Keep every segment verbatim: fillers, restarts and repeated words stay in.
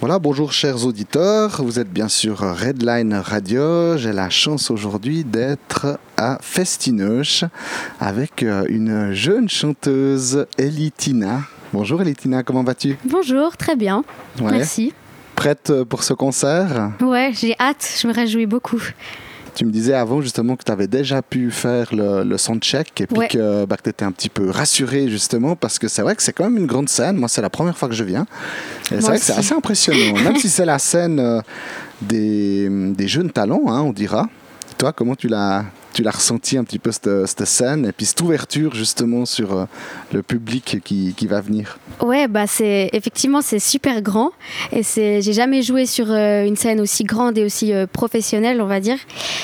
Voilà, bonjour chers auditeurs, vous êtes bien sur Redline Radio. J'ai la chance aujourd'hui d'être à Festineuch avec une jeune chanteuse, Elitina. Bonjour Elitina, comment vas-tu? Bonjour, très bien, ouais. Merci. Prête pour ce concert? Ouais, j'ai hâte, je me réjouis beaucoup. Tu me disais avant justement que tu avais déjà pu faire le, le soundcheck et puis ouais. que, bah, que tu étais un petit peu rassurée justement parce que c'est vrai que c'est quand même une grande scène. Moi, c'est la première fois que je viens. Et c'est vrai que c'est assez impressionnant, même si c'est la scène euh, des, des jeunes talents, hein, on dira. Toi, comment tu l'as, tu l'as ressenti un petit peu cette, cette scène et puis cette ouverture justement sur euh, le public qui, qui va venir? Ouais, bah c'est effectivement c'est super grand et c'est j'ai jamais joué sur euh, une scène aussi grande et aussi euh, professionnelle, on va dire.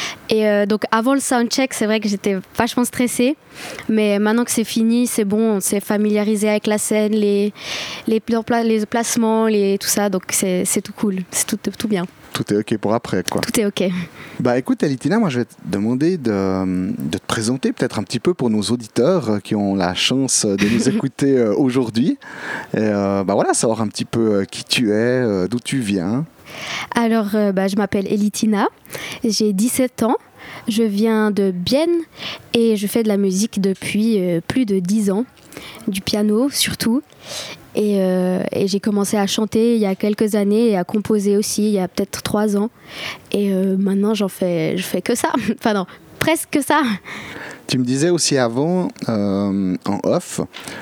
Et euh, donc avant le soundcheck, c'est vrai que j'étais vachement stressée, mais maintenant que c'est fini, c'est bon, on s'est familiarisé avec la scène, les les, les placements, les tout ça, donc c'est c'est tout cool, c'est tout tout bien. Tout est OK pour après, quoi. Tout est OK. Bah écoute, Elitina, moi je vais te demander de, de te présenter peut-être un petit peu pour nos auditeurs qui ont la chance de nous écouter aujourd'hui. Et euh, bah voilà, savoir un petit peu qui tu es, d'où tu viens. Alors, euh, bah, je m'appelle Elitina, j'ai dix-sept ans, je viens de Bienne et je fais de la musique depuis euh, plus de dix ans, du piano surtout. Et, euh, et j'ai commencé à chanter il y a quelques années et à composer aussi il y a peut-être trois ans. Et euh, maintenant, j'en fais, je fais que ça. Enfin non, presque ça. Tu me disais aussi avant, euh, en off,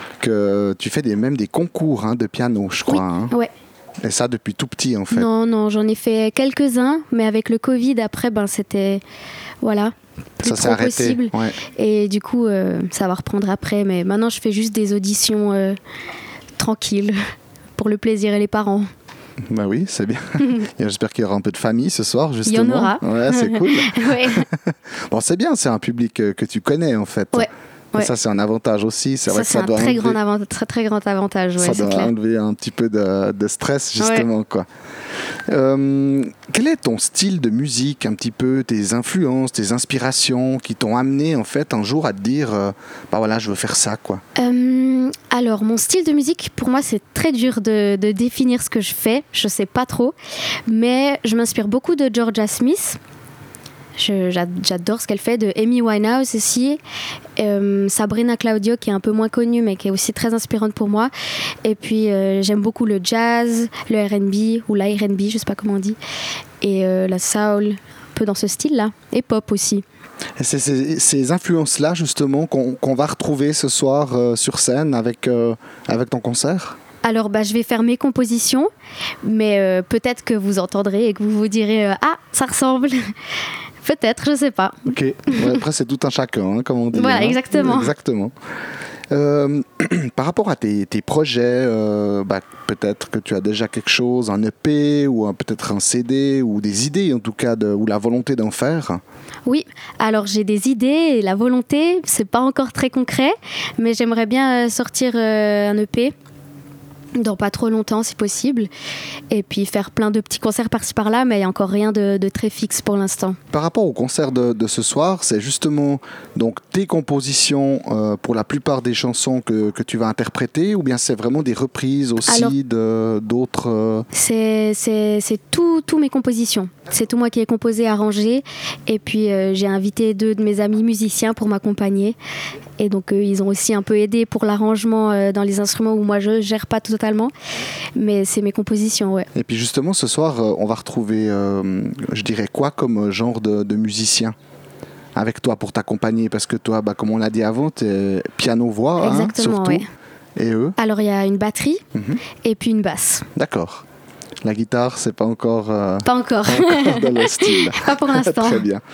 que tu fais des, même des concours hein, de piano, je crois. Oui, hein. ouais. Et ça depuis tout petit, en fait. Non, non, j'en ai fait quelques-uns, mais avec le Covid, après, ben, c'était... Voilà. Plus ça s'est arrêté. Possible. Ouais. Et du coup, euh, ça va reprendre après. Mais maintenant, je fais juste des auditions euh, tranquilles, pour le plaisir et les parents. Bah oui, c'est bien. J'espère qu'il y aura un peu de famille ce soir, justement. Il y en aura. Ouais, c'est cool. Ouais. Bon, c'est bien, c'est un public que, que tu connais, en fait. Ouais. Ouais. Ça, c'est un avantage aussi. C'est ça, vrai que c'est ça un doit très, enlever... grand avant... très, très grand avantage. Ouais, ça c'est doit clair. enlever un petit peu de, de stress, justement. Ouais. Quoi. Euh, quel est ton style de musique, un petit peu, tes influences, tes inspirations qui t'ont amené, en fait, un jour à te dire euh, bah voilà, je veux faire ça, quoi. Euh, alors, mon style de musique, pour moi, c'est très dur de, de définir ce que je fais. Je sais pas trop. Mais je m'inspire beaucoup de Georgia Smith. Je, j'adore ce qu'elle fait, de Amy Winehouse aussi, euh, Sabrina Claudio qui est un peu moins connue mais qui est aussi très inspirante pour moi, et puis euh, j'aime beaucoup le jazz, le R and B ou la R and B, je sais pas comment on dit, et euh, la soul, un peu dans ce style-là, et pop aussi. Et c'est ces, ces influences-là justement qu'on, qu'on va retrouver ce soir euh, sur scène avec, euh, avec ton concert? Alors, bah, je vais faire mes compositions, mais euh, peut-être que vous entendrez et que vous vous direz euh, « Ah, ça ressemble !» Peut-être, je sais pas. Ok, ouais, après c'est tout un chacun, hein, comme on dit. Voilà, hein. exactement. Exactement. Euh, par rapport à tes, tes projets, euh, bah, peut-être que tu as déjà quelque chose, un E P ou un, peut-être un C D ou des idées en tout cas, de, ou la volonté d'en faire. Oui, alors j'ai des idées et la volonté, c'est pas encore très concret, mais j'aimerais bien sortir euh, un E P. Dans pas trop longtemps si possible, et puis faire plein de petits concerts par-ci par-là, mais il n'y a encore rien de, de très fixe pour l'instant. Par rapport au concert de, de ce soir, c'est justement donc tes compositions euh, pour la plupart des chansons que, que tu vas interpréter, ou bien c'est vraiment des reprises aussi Alors, de, d'autres euh... C'est, c'est, c'est tout, tout mes compositions. C'est tout moi qui ai composé, arrangé, et puis euh, j'ai invité deux de mes amis musiciens pour m'accompagner, et donc euh, ils ont aussi un peu aidé pour l'arrangement euh, dans les instruments où moi je gère pas totalement, mais c'est mes compositions, ouais. Et puis justement ce soir euh, on va retrouver euh, je dirais quoi comme genre de, de musicien avec toi pour t'accompagner, parce que toi bah, comme on l'a dit avant, t'es piano-voix hein, surtout, ouais. Et eux? Alors il y a une batterie mm-hmm. et puis une basse. D'accord. La guitare, c'est pas encore... Euh, pas encore. Pas encore dans le style. Pas pour l'instant. Très bien.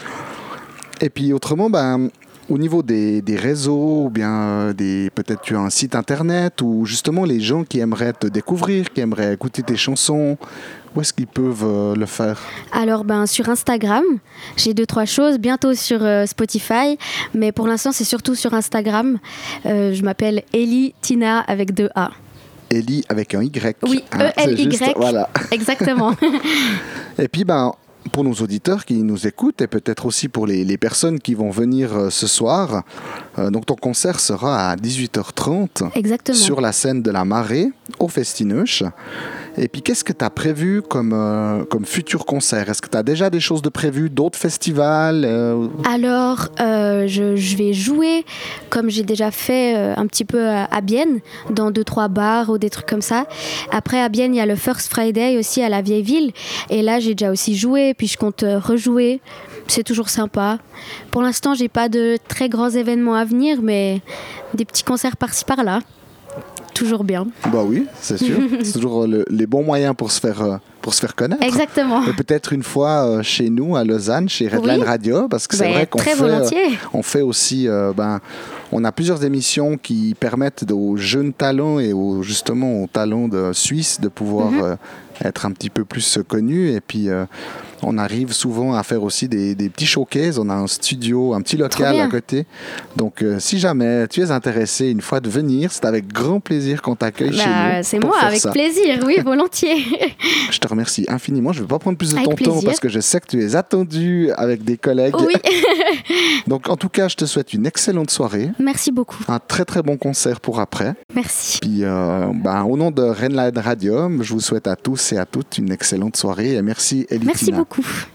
Et puis autrement, ben, au niveau des, des réseaux, ou bien euh, des, peut-être tu as un site internet, ou justement les gens qui aimeraient te découvrir, qui aimeraient écouter tes chansons, où est-ce qu'ils peuvent euh, le faire? Alors ben, sur Instagram, j'ai deux, trois choses, bientôt sur euh, Spotify, mais pour l'instant c'est surtout sur Instagram. Euh, je m'appelle Elitina avec deux A. Eli avec un Y. Oui, hein, E L Y. Juste, voilà. Exactement. Et puis, ben, pour nos auditeurs qui nous écoutent, et peut-être aussi pour les, les personnes qui vont venir euh, ce soir, euh, donc ton concert sera à dix-huit heures trente. Exactement. Sur la scène de la Marée, au Festineuch. Et puis, qu'est-ce que tu as prévu comme, euh, comme futur concert? Est-ce que tu as déjà des choses de prévues, d'autres festivals euh... Alors, euh, je, je vais jouer, comme j'ai déjà fait euh, un petit peu à, à Bienne, dans deux, trois bars ou des trucs comme ça. Après, à Bienne, il y a le First Friday aussi à la Vieille Ville. Et là, j'ai déjà aussi joué, puis je compte euh, rejouer. C'est toujours sympa. Pour l'instant, j'ai pas de très grands événements à venir, mais des petits concerts par-ci par-là. Toujours bien. Bah oui, c'est sûr. C'est toujours le, les bons moyens pour se faire, euh, pour se faire connaître. Exactement. Et peut-être une fois euh, chez nous, à Lausanne, chez Redline oui. Radio, parce que c'est ben, vrai qu'on très fait, volontiers. Euh, on fait aussi... Euh, ben, on a plusieurs émissions qui permettent aux jeunes talents et aux, justement aux talents de Suisse de pouvoir mm-hmm. euh, être un petit peu plus connus. Et puis, euh, on arrive souvent à faire aussi des, des petits showcases. On a un studio, un petit local à côté. Donc, euh, si jamais tu es intéressé une fois de venir, c'est avec grand plaisir qu'on t'accueille bah, chez nous. C'est moi, avec ça. Plaisir, oui, volontiers. Je te remercie infiniment. Je ne vais pas prendre plus de avec ton plaisir. temps parce que je sais que tu es attendu avec des collègues. Oui. Donc, en tout cas, je te souhaite une excellente soirée. Merci beaucoup. Un très, très bon concert pour après. Merci. Puis, euh, ben, au nom de Redline Radio, je vous souhaite à tous et à toutes une excellente soirée. Et merci, Elitina. Merci beaucoup.